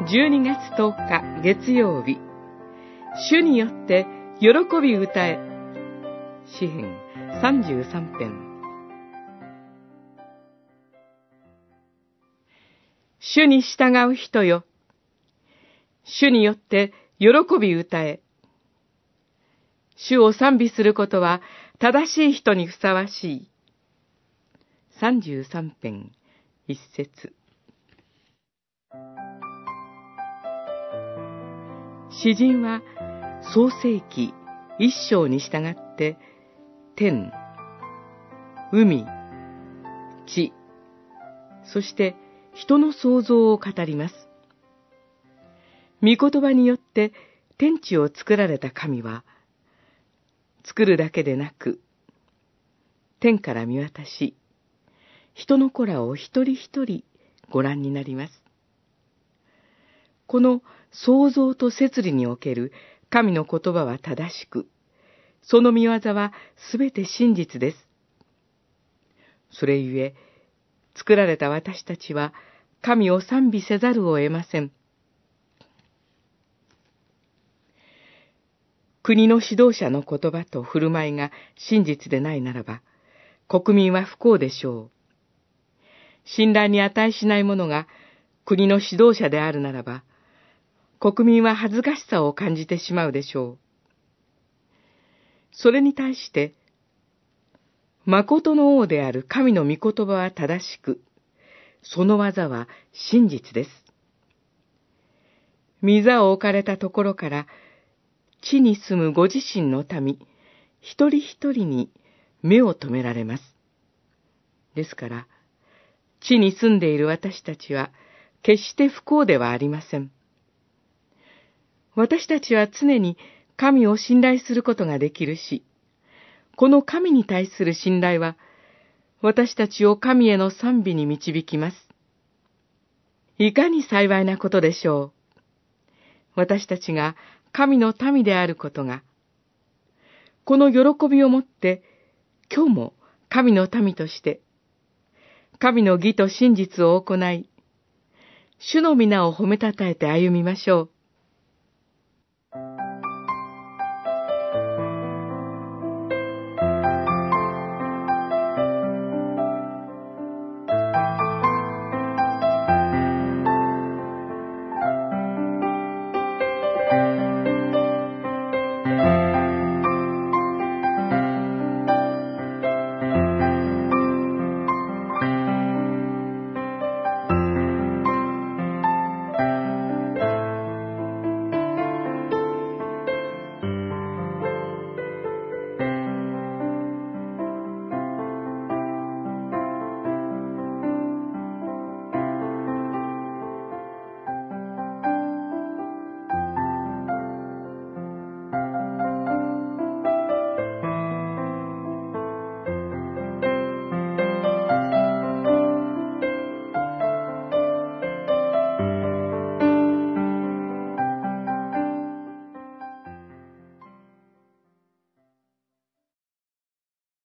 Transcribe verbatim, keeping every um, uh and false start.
じゅうにがつとおか月曜日、主によって喜び歌え。詩編さんじゅうさん編。主に従う人よ、主によって喜び歌え。主を賛美することは正しい人にふさわしい。さんじゅうさん編一節。詩人は創世記一章に従って天、海、地、そして人の創造を語ります。御言葉によって天地を作られた神は、作るだけでなく、天から見渡し、人の子らを一人一人ご覧になります。この創造と摂理における神の言葉は正しく、その御業はすべて真実です。それゆえ、作られた私たちは神を賛美せざるを得ません。国の指導者の言葉と振る舞いが真実でないならば、国民は不幸でしょう。信頼に値しない者が国の指導者であるならば、国民は恥ずかしさを感じてしまうでしょう。それに対して、誠の王である神の御言葉は正しく、その技は真実です。御座を置かれたところから、地に住むご自身の民、一人一人に目を留められます。ですから、地に住んでいる私たちは、決して不幸ではありません。私たちは常に神を信頼することができるし、この神に対する信頼は、私たちを神への賛美に導きます。いかに幸いなことでしょう。私たちが神の民であることが、この喜びをもって、今日も神の民として、神の義と真実を行い、主の皆を褒めたたえて歩みましょう。